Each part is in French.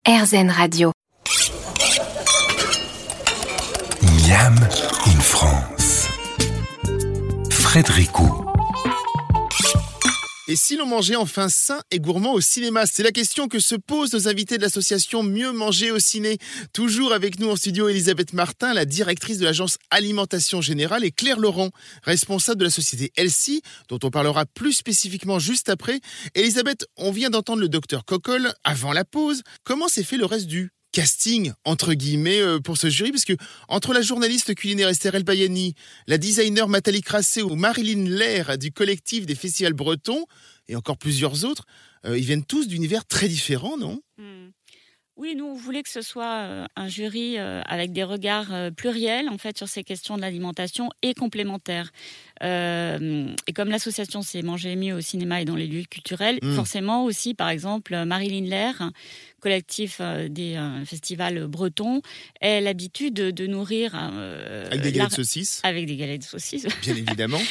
RZN Radio. Miam in France. Frédéric Houx. Et si l'on mangeait enfin sain et gourmand au cinéma? C'est la question que se posent nos invités de l'association Mieux Manger au Ciné. Toujours avec nous en studio, Elisabeth Martin, la directrice de l'agence Alimentation Générale, et Claire Laurent, responsable de la société Healthy, dont on parlera plus spécifiquement juste après. Elisabeth, on vient d'entendre le docteur Cocolle avant la pause. Comment s'est fait le reste du casting, entre guillemets, pour ce jury? Parce que entre la journaliste culinaire Esther Payani, la designer Nathalie Crasset ou Marilyn Lair du collectif des festivals bretons, et encore plusieurs autres, ils viennent tous d'univers très différents, non? Oui, nous, on voulait que ce soit un jury avec des regards pluriels, en fait, sur ces questions de l'alimentation et complémentaires. Et comme l'association s'est Manger mieux au cinéma et dans les lieux culturels, forcément aussi, par exemple, Marilyn Lair, collectif des festivals bretons, a l'habitude de nourrir... avec des galettes de saucisses. Avec des galettes de saucisses. Bien évidemment.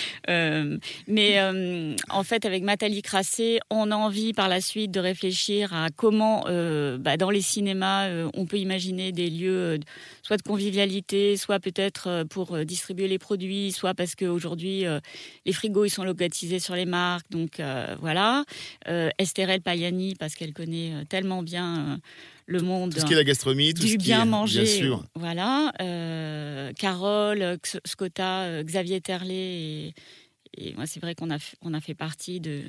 Mais en fait, avec Nathalie Crasset, on a envie par la suite de réfléchir à comment, dans les cinémas, on peut imaginer des lieux soit de convivialité, soit peut-être pour distribuer les produits, soit parce qu'aujourd'hui, les frigos ils sont localisés sur les marques. Donc voilà. Esther Payani, parce qu'elle connaît tellement bien le monde tout ce qui est la gastronomie, tout du ce qui bien est, manger, bien sûr. Voilà. Carole, Scotta, Xavier Terlet et moi c'est vrai qu'on a fait partie de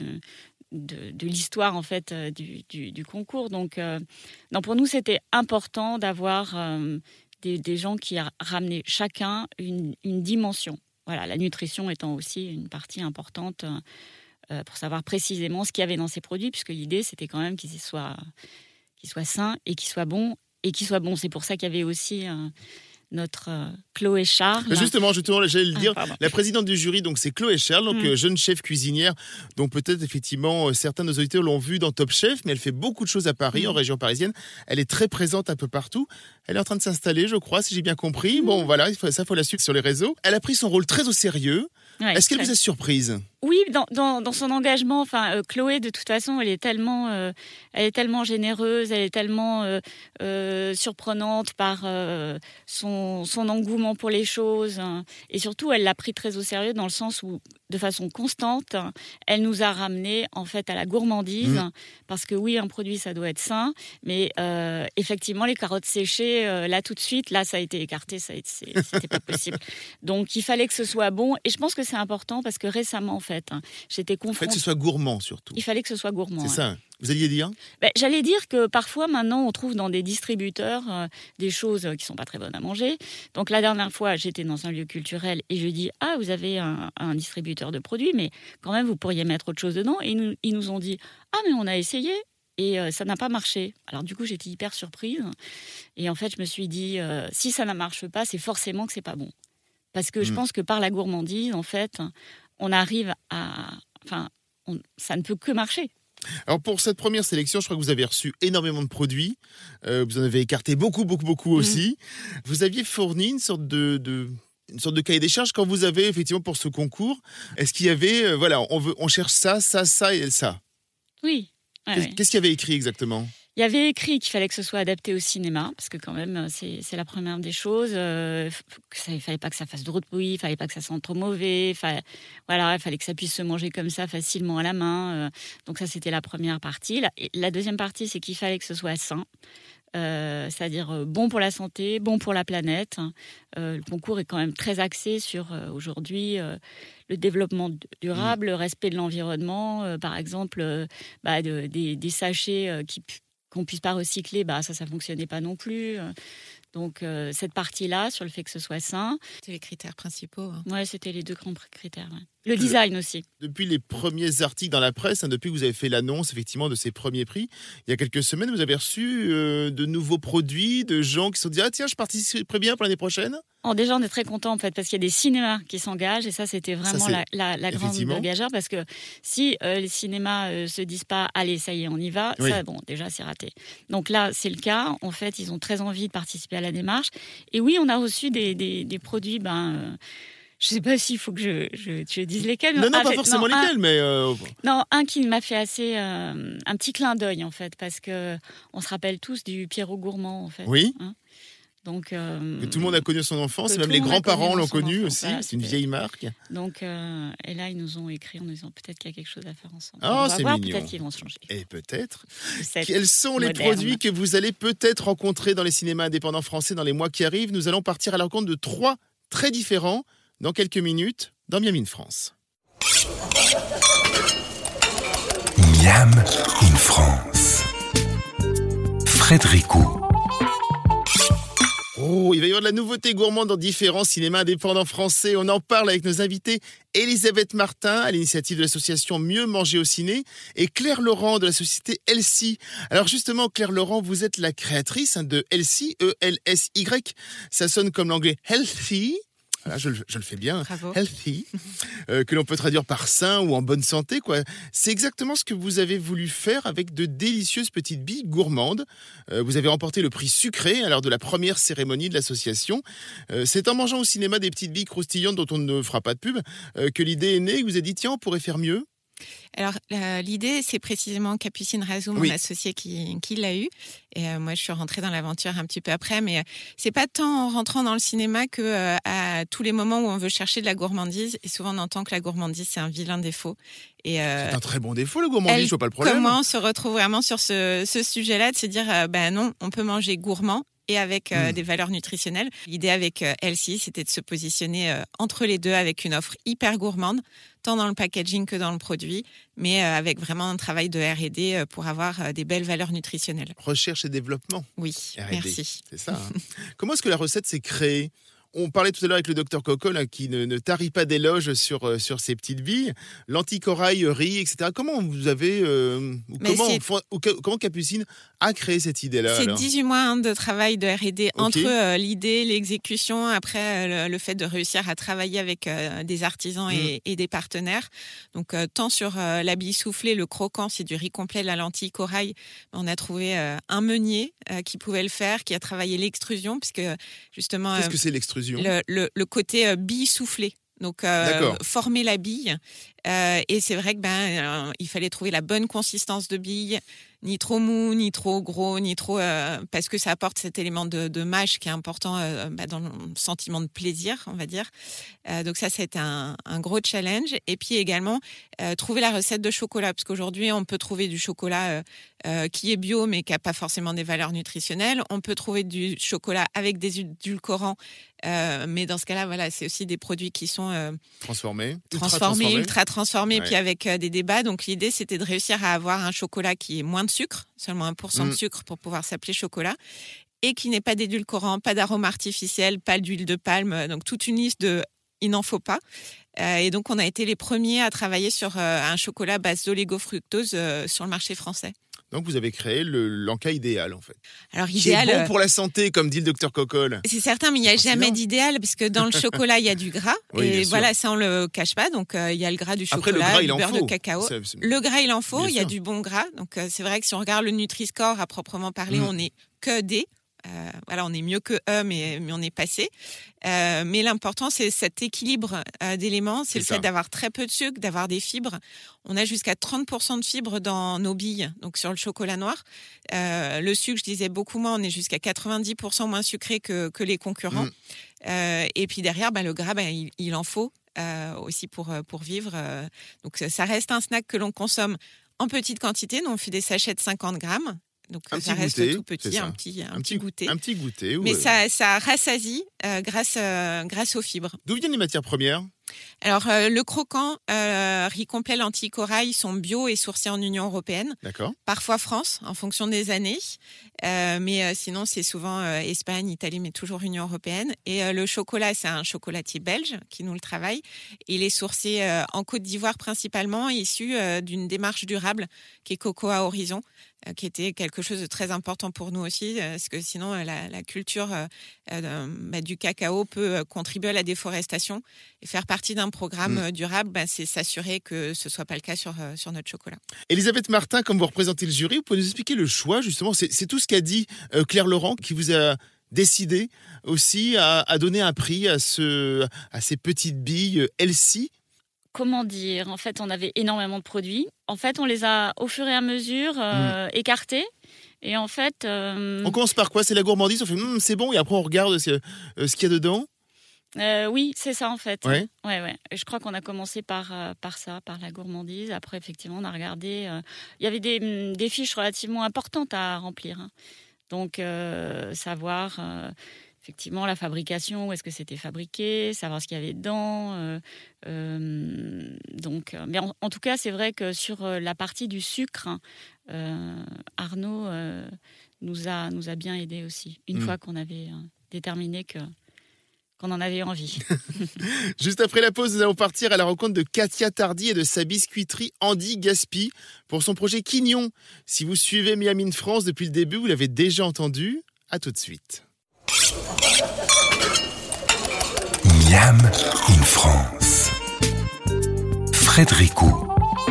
l'histoire en fait du concours. Donc pour nous c'était important d'avoir des gens qui ramenaient chacun une dimension. Voilà, la nutrition étant aussi une partie importante pour savoir précisément ce qu'il y avait dans ces produits, puisque l'idée c'était quand même qu'ils soient sains et qu'ils soient bons. C'est pour ça qu'il y avait aussi notre Chloé Charles. Justement, j'allais le dire, pardon. la présidente du jury, donc c'est Chloé Charles, donc jeune chef cuisinière, dont peut-être effectivement certains de nos auditeurs l'ont vue dans Top Chef, mais elle fait beaucoup de choses à Paris, en région parisienne. Elle est très présente un peu partout. Elle est en train de s'installer, je crois, si j'ai bien compris. Bon, voilà, faut la suivre sur les réseaux. Elle a pris son rôle très au sérieux. Ouais, est-ce qu'elle vous a surprise? Oui, dans son engagement. Enfin, Chloé, de toute façon, elle est tellement généreuse, elle est tellement surprenante par son engouement pour les choses. Hein. Et surtout, elle l'a pris très au sérieux dans le sens où, de façon constante, elle nous a ramené en fait à la gourmandise. Parce que oui, un produit, ça doit être sain, mais effectivement, les carottes séchées, là tout de suite, là, ça a été écarté, c'était pas possible. Donc, il fallait que ce soit bon. Et je pense que c'est important parce que récemment, en fait, j'étais confrontée... Il fallait que ce soit gourmand, surtout. Il fallait que ce soit gourmand. C'est ça. Vous alliez dire? J'allais dire que parfois, maintenant, on trouve dans des distributeurs des choses qui sont pas très bonnes à manger. Donc, la dernière fois, j'étais dans un lieu culturel et je dis « Ah, vous avez un distributeur de produits, mais quand même, vous pourriez mettre autre chose dedans. » Et ils nous ont dit « Ah, mais on a essayé. » Et ça n'a pas marché. Alors du coup, j'étais hyper surprise. Et en fait, je me suis dit, si ça ne marche pas, c'est forcément que c'est pas bon. Parce que je pense que par la gourmandise, en fait, on arrive à... Enfin, ça ne peut que marcher. Alors pour cette première sélection, je crois que vous avez reçu énormément de produits. Vous en avez écarté beaucoup aussi. Vous aviez fourni une sorte de cahier des charges quand vous avez effectivement pour ce concours. Est-ce qu'il y avait, on cherche ça et ça? Oui. Qu'est-ce qu'il y avait écrit exactement? Il y avait écrit qu'il fallait que ce soit adapté au cinéma, parce que quand même, c'est la première des choses. Il ne fallait pas que ça fasse trop de bruit, il ne fallait pas que ça sente trop mauvais. Il fallait que ça puisse se manger comme ça, facilement à la main. Donc ça, c'était la première partie. La deuxième partie, c'est qu'il fallait que ce soit sain. C'est-à-dire bon pour la santé, bon pour la planète. Le concours est quand même très axé sur aujourd'hui le développement durable, le respect de l'environnement. Par exemple, des sachets qu'on puisse pas recycler, ça fonctionnait pas non plus. Donc cette partie-là, sur le fait que ce soit sain. C'était les critères principaux. Hein. Ouais, c'était les deux grands critères. Ouais. Le design aussi. Depuis les premiers articles dans la presse, depuis que vous avez fait l'annonce effectivement de ces premiers prix, il y a quelques semaines, vous avez reçu de nouveaux produits, de gens qui se sont dit « Ah tiens, je participerai bien pour l'année prochaine ». Déjà, on est très contents en fait, parce qu'il y a des cinémas qui s'engagent et ça, c'était vraiment la grande gageure, parce que si les cinémas se disent pas « Allez, ça y est, on y va », ça, déjà, c'est raté. Donc là, c'est le cas. En fait, ils ont très envie de participer à la démarche. Et oui, on a reçu des produits Je sais pas s'il faut que je dise lesquels. Non, pas forcément lesquels, mais... Non, un qui m'a fait assez... un petit clin d'œil, en fait, parce qu'on se rappelle tous du Pierrot Gourmand, en fait. Oui. Hein, donc, que tout le monde a connu son enfance, et même les grands-parents l'ont connu aussi. Voilà, c'est une vieille marque. Donc, et là, ils nous ont écrit en nous disant peut-être qu'il y a quelque chose à faire ensemble. Oh, c'est voir, mignon. Peut-être qu'ils vont se changer. Et peut-être. Quels sont les produits que vous allez peut-être rencontrer dans les cinémas indépendants français dans les mois qui arrivent? Nous allons partir à la rencontre de 3 très différents dans quelques minutes dans Miam in France. Miam in France. Frédéric Houx. Oh, il va y avoir de la nouveauté gourmande dans différents cinémas indépendants français. On en parle avec nos invités Elisabeth Martin, à l'initiative de l'association Mieux Manger au Ciné, et Claire Laurent de la société Healthy. Alors justement, Claire Laurent, vous êtes la créatrice de Healthy, E-L-S-Y. Ça sonne comme l'anglais healthy. Voilà, je le fais bien. Bravo. Healthy, que l'on peut traduire par sain ou en bonne santé, quoi. C'est exactement ce que vous avez voulu faire avec de délicieuses petites billes gourmandes. Vous avez remporté le prix sucré à l'heure de la première cérémonie de l'association. C'est en mangeant au cinéma des petites billes croustillantes dont on ne fera pas de pub que l'idée est née. Vous avez dit tiens, on pourrait faire mieux. Alors, l'idée, c'est précisément Capucine Razou, mon associé, qui l'a eu. Et moi, je suis rentrée dans l'aventure un petit peu après. Mais c'est pas tant en rentrant dans le cinéma que à tous les moments où on veut chercher de la gourmandise. Et souvent, on entend que la gourmandise, c'est un vilain défaut. Et c'est un très bon défaut, le gourmandise, je vois pas le problème. Comment on se retrouve vraiment sur ce sujet-là, de se dire, non, on peut manger gourmand et avec des valeurs nutritionnelles. L'idée avec Healthy, c'était de se positionner entre les deux avec une offre hyper gourmande, tant dans le packaging que dans le produit, mais avec vraiment un travail de R&D pour avoir des belles valeurs nutritionnelles. Recherche et développement. Oui, R&D, merci. C'est ça. Hein. Comment est-ce que la recette s'est créée ? On parlait tout à l'heure avec le docteur Coco là, qui ne tarit pas d'éloges sur ces petites billes, l'anticorail, riz, etc. Comment vous avez, comment Capucine a créé cette idée-là? C'est alors 18 mois de travail de R&D entre l'idée, l'exécution, après le fait de réussir à travailler avec des artisans et des partenaires. Donc tant sur la bille soufflée, le croquant, c'est du riz complet, la lentille corail. On a trouvé un meunier qui pouvait le faire, qui a travaillé l'extrusion, puisque justement... Qu'est-ce que c'est l'extrusion? Le côté bille soufflée. Donc, former la bille. Et c'est vrai que il fallait trouver la bonne consistance de bille, ni trop mou, ni trop gros, ni trop... parce que ça apporte cet élément de mâche qui est important dans le sentiment de plaisir, on va dire. Donc ça a été un gros challenge. Et puis également, trouver la recette de chocolat. Parce qu'aujourd'hui, on peut trouver du chocolat qui est bio, mais qui n'a pas forcément des valeurs nutritionnelles. On peut trouver du chocolat avec des édulcorants. Mais dans ce cas-là, voilà, c'est aussi des produits qui sont transformés, ultra transformés, puis avec des débats. Donc l'idée, c'était de réussir à avoir un chocolat qui est moins de sucre, seulement 1% de sucre pour pouvoir s'appeler chocolat, et qui n'est pas d'édulcorant, pas d'arôme artificiel, pas d'huile de palme. Donc toute une liste de il n'en faut pas. Et donc on a été les premiers à travailler sur un chocolat base d'oligofructose sur le marché français. Donc, vous avez créé l'encas idéal, en fait. Alors, idéal. Qui est bon pour la santé, comme dit le docteur Cocolle. C'est certain, mais il n'y a jamais d'idéal, parce que dans le chocolat, il y a du gras. Oui, et voilà, ça, on ne le cache pas. Donc, il y a le gras du chocolat, du beurre de cacao. Le gras, il en faut. Il y a du bon gras. Donc, c'est vrai que si on regarde le Nutri-Score, à proprement parler, on n'est que D. Voilà, on est mieux que E, mais on est passé. Mais l'important, c'est cet équilibre d'éléments. C'est le fait d'avoir très peu de sucre, d'avoir des fibres. On a jusqu'à 30% de fibres dans nos billes, donc sur le chocolat noir. Le sucre, je disais beaucoup moins. On est jusqu'à 90% moins sucré que les concurrents. Et puis derrière, le gras, il en faut aussi pour vivre. Donc ça reste un snack que l'on consomme en petite quantité. Nous, on fait des sachets de 50 grammes. Donc ça reste goûter, tout petit, un petit goûter. Un petit goûter. Mais ça rassasie grâce aux fibres. D'où viennent les matières premières ? Alors, le croquant, riz complet, lentilles corail sont bio et sourcés en Union européenne. D'accord. Parfois France, en fonction des années. Mais sinon, c'est souvent Espagne, Italie, mais toujours Union européenne. Et le chocolat, c'est un chocolatier belge qui nous le travaille. Il est sourcé en Côte d'Ivoire principalement, issu d'une démarche durable qui est Cocoa Horizon, qui était quelque chose de très important pour nous aussi, parce que sinon, la culture du cacao peut contribuer à la déforestation. Et faire partie d'un programme durable, c'est s'assurer que ce ne soit pas le cas sur notre chocolat. Elisabeth Martin, comme vous représentez le jury, vous pouvez nous expliquer le choix, justement. C'est tout ce qu'a dit Claire Laurent qui vous a décidé aussi à donner un prix à ces petites billes Elsie? Comment dire ? En fait, on avait énormément de produits. En fait, on les a au fur et à mesure écartés. Et en fait... On commence par quoi ? C'est la gourmandise, on fait c'est bon, et après on regarde ce qu'il y a dedans ? Oui, c'est ça en fait. Ouais. Ouais. Je crois qu'on a commencé par ça, par la gourmandise. Après, effectivement, on a regardé... Il y avait des fiches relativement importantes à remplir. Hein. Donc, savoir... effectivement, la fabrication, où est-ce que c'était fabriqué, savoir ce qu'il y avait dedans. Mais en tout cas, c'est vrai que sur la partie du sucre, Arnaud nous a bien aidés aussi, une fois qu'on avait déterminé qu'on en avait envie. Juste après la pause, nous allons partir à la rencontre de Katia Tardy et de sa biscuiterie Andy Gaspi pour son projet Quignon. Si vous suivez Miam in France depuis le début, vous l'avez déjà entendu. À tout de suite. Miam in France. Frédéricot.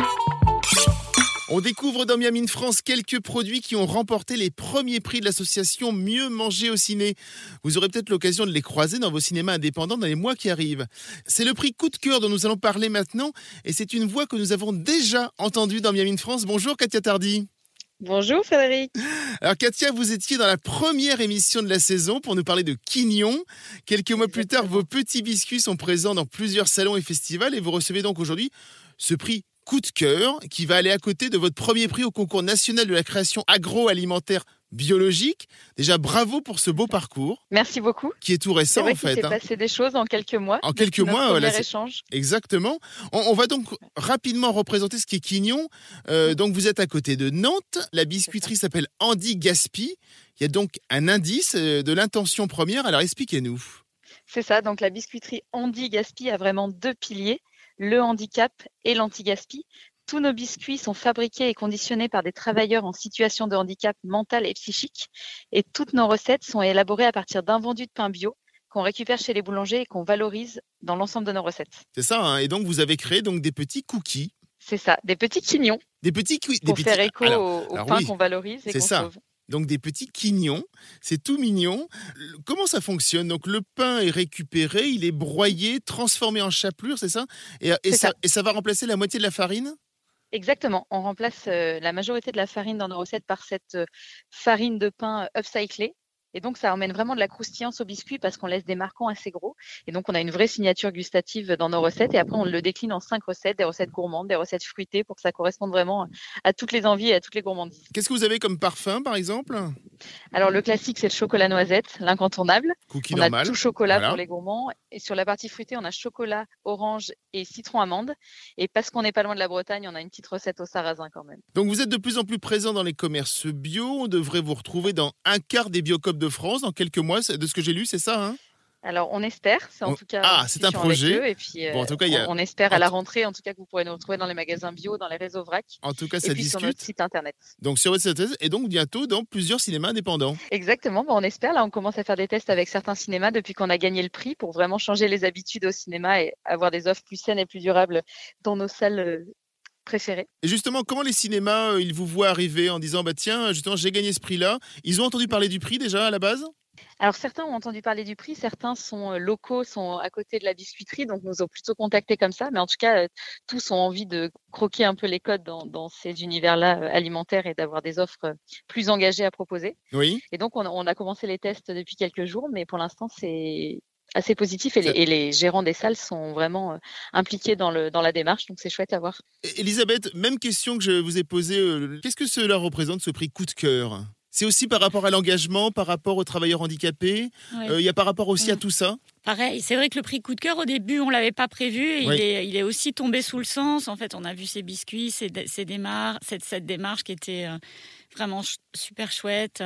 On découvre dans Miam in France quelques produits qui ont remporté les premiers prix de l'association Mieux manger au ciné. Vous aurez peut-être l'occasion de les croiser dans vos cinémas indépendants dans les mois qui arrivent. C'est le prix Coup de cœur dont nous allons parler maintenant et c'est une voix que nous avons déjà entendue dans Miam in France. Bonjour Katia Tardy. Bonjour Frédéric. Alors Katia, vous étiez dans la première émission de la saison pour nous parler de Quignon. Quelques mois plus tard, vos petits biscuits sont présents dans plusieurs salons et festivals et vous recevez donc aujourd'hui ce prix Coup de cœur qui va aller à côté de votre premier prix au concours national de la création agroalimentaire biologique. Déjà, bravo pour ce beau parcours. Merci beaucoup. Qui est tout récent, en fait. Il s'est passé des choses en quelques mois. En quelques mois, voilà. Échange. Exactement. On va donc rapidement représenter ce qu'est Quignon. Donc, vous êtes à côté de Nantes. La biscuiterie s'appelle Andy Gaspi. Il y a donc un indice de l'intention première. Alors, expliquez-nous. C'est ça. Donc, la biscuiterie Andy Gaspi a vraiment deux piliers, le handicap et l'anti-gaspi. Tous nos biscuits sont fabriqués et conditionnés par des travailleurs en situation de handicap mental et psychique. Et toutes nos recettes sont élaborées à partir d'invendus de pain bio qu'on récupère chez les boulangers et qu'on valorise dans l'ensemble de nos recettes. C'est ça, hein. Et donc vous avez créé donc des petits cookies. C'est ça, des petits quignons. Pour faire écho au pain qu'on valorise et qu'on sauve. Donc des petits quignons, c'est tout mignon. Comment ça fonctionne ? Donc le pain est récupéré, il est broyé, transformé en chapelure, c'est ça ? Et ça va remplacer la moitié de la farine ? Exactement. On remplace la majorité de la farine dans nos recettes par cette farine de pain upcyclée. Et donc, ça emmène vraiment de la croustillance au biscuit parce qu'on laisse des marquants assez gros. Et donc, on a une vraie signature gustative dans nos recettes. Et après, on le décline en 5 recettes, des recettes gourmandes, des recettes fruitées pour que ça corresponde vraiment à toutes les envies et à toutes les gourmandises. Qu'est-ce que vous avez comme parfum, par exemple ? Alors, le classique, c'est le chocolat noisette, l'incontournable. Cookie on normal. A tout chocolat pour les gourmands. Et sur la partie fruitée, on a chocolat, orange et citron amande. Et parce qu'on n'est pas loin de la Bretagne, on a une petite recette au sarrasin quand même. Donc, vous êtes de plus en plus présent dans les commerces bio. On devrait vous retrouver dans un quart des Biocop de France dans quelques mois, de ce que j'ai lu, c'est ça, hein ? Alors, on espère, c'est en tout cas... c'est un projet. Et puis, en tout cas, on espère à la rentrée, en tout cas, que vous pourrez nous retrouver dans les magasins bio, dans les réseaux vrac. En tout cas, ça discute. Sur notre site internet. Donc, sur votre site internet, et donc bientôt dans plusieurs cinémas indépendants. Exactement, on espère. Là, on commence à faire des tests avec certains cinémas depuis qu'on a gagné le prix pour vraiment changer les habitudes au cinéma et avoir des offres plus saines et plus durables dans nos salles préférées. Et justement, comment les cinémas, ils vous voient arriver en disant, tiens, justement, j'ai gagné ce prix-là. Ils ont entendu parler du prix déjà à la base ? Alors certains ont entendu parler du prix, certains sont locaux, sont à côté de la biscuiterie, donc nous ont plutôt contactés comme ça. Mais en tout cas, tous ont envie de croquer un peu les codes dans ces univers-là alimentaires et d'avoir des offres plus engagées à proposer. Oui. Et donc on a commencé les tests depuis quelques jours, mais pour l'instant c'est assez positif et les gérants des salles sont vraiment impliqués dans la démarche, donc c'est chouette à voir. Elisabeth, même question que je vous ai posée, qu'est-ce que cela représente ce prix coup de cœur ? C'est aussi par rapport à l'engagement, par rapport aux travailleurs handicapés. Il y a par rapport aussi à tout ça. Pareil, c'est vrai que le prix coup de cœur, au début, on ne l'avait pas prévu. Et il est aussi tombé sous le sens. En fait, on a vu ces biscuits, cette démarche qui était vraiment super chouette.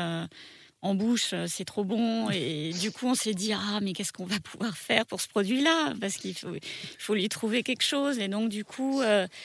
En bouche, c'est trop bon. Et du coup, on s'est dit, mais qu'est-ce qu'on va pouvoir faire pour ce produit-là ? Parce qu'il faut lui trouver quelque chose. Et donc, du coup,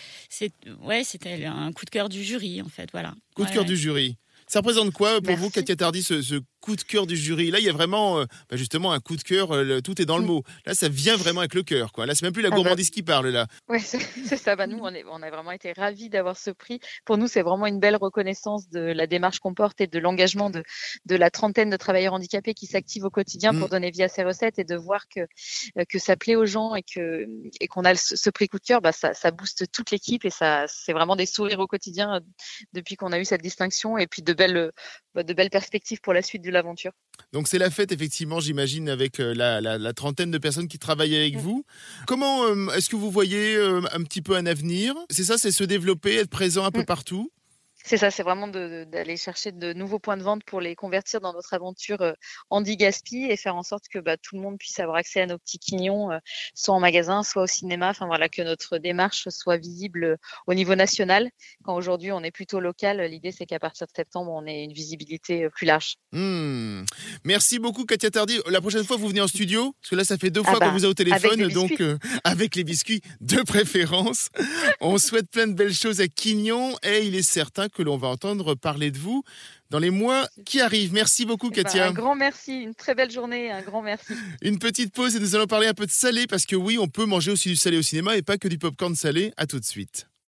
c'était un coup de cœur du jury, en fait. Voilà. Coup de cœur du jury. Ça représente quoi pour vous, Katia Tardy, ce coup de cœur du jury. Là, il y a vraiment, justement, un coup de cœur. Tout est dans le mot. Là, ça vient vraiment avec le cœur, quoi. Là, c'est même plus la gourmandise qui parle, là. Ouais, c'est ça. Nous, on a vraiment été ravis d'avoir ce prix. Pour nous, c'est vraiment une belle reconnaissance de la démarche qu'on porte et de l'engagement de la trentaine de travailleurs handicapés qui s'activent au quotidien pour donner vie à ces recettes, et de voir que ça plaît aux gens et qu'on a ce prix coup de cœur. Ça booste toute l'équipe, et ça, c'est vraiment des sourires au quotidien depuis qu'on a eu cette distinction, et puis de belles perspectives pour la suite de l'aventure. Donc c'est la fête, effectivement, j'imagine, avec la trentaine de personnes qui travaillent avec vous. Comment est-ce que vous voyez un petit peu un avenir ? C'est ça, c'est se développer, être présent un peu partout ? C'est ça, c'est vraiment d'aller chercher de nouveaux points de vente pour les convertir dans notre aventure Handi Gaspi, et faire en sorte que tout le monde puisse avoir accès à nos petits quignons, soit en magasin, soit au cinéma. Enfin voilà, que notre démarche soit visible au niveau national. Quand aujourd'hui on est plutôt local, l'idée c'est qu'à partir de septembre, on ait une visibilité plus large. Merci beaucoup, Katia Tardy. La prochaine fois, vous venez en studio, parce que là, ça fait 2 fois qu'on vous a au téléphone, donc avec les biscuits de préférence. On souhaite plein de belles choses à Quignon, et il est certain que l'on va entendre parler de vous dans les mois qui arrivent. Merci beaucoup, Katia. Un grand merci, une très belle journée, un grand merci. Une petite pause et nous allons parler un peu de salé, parce que oui, on peut manger aussi du salé au cinéma et pas que du popcorn salé. À tout de suite.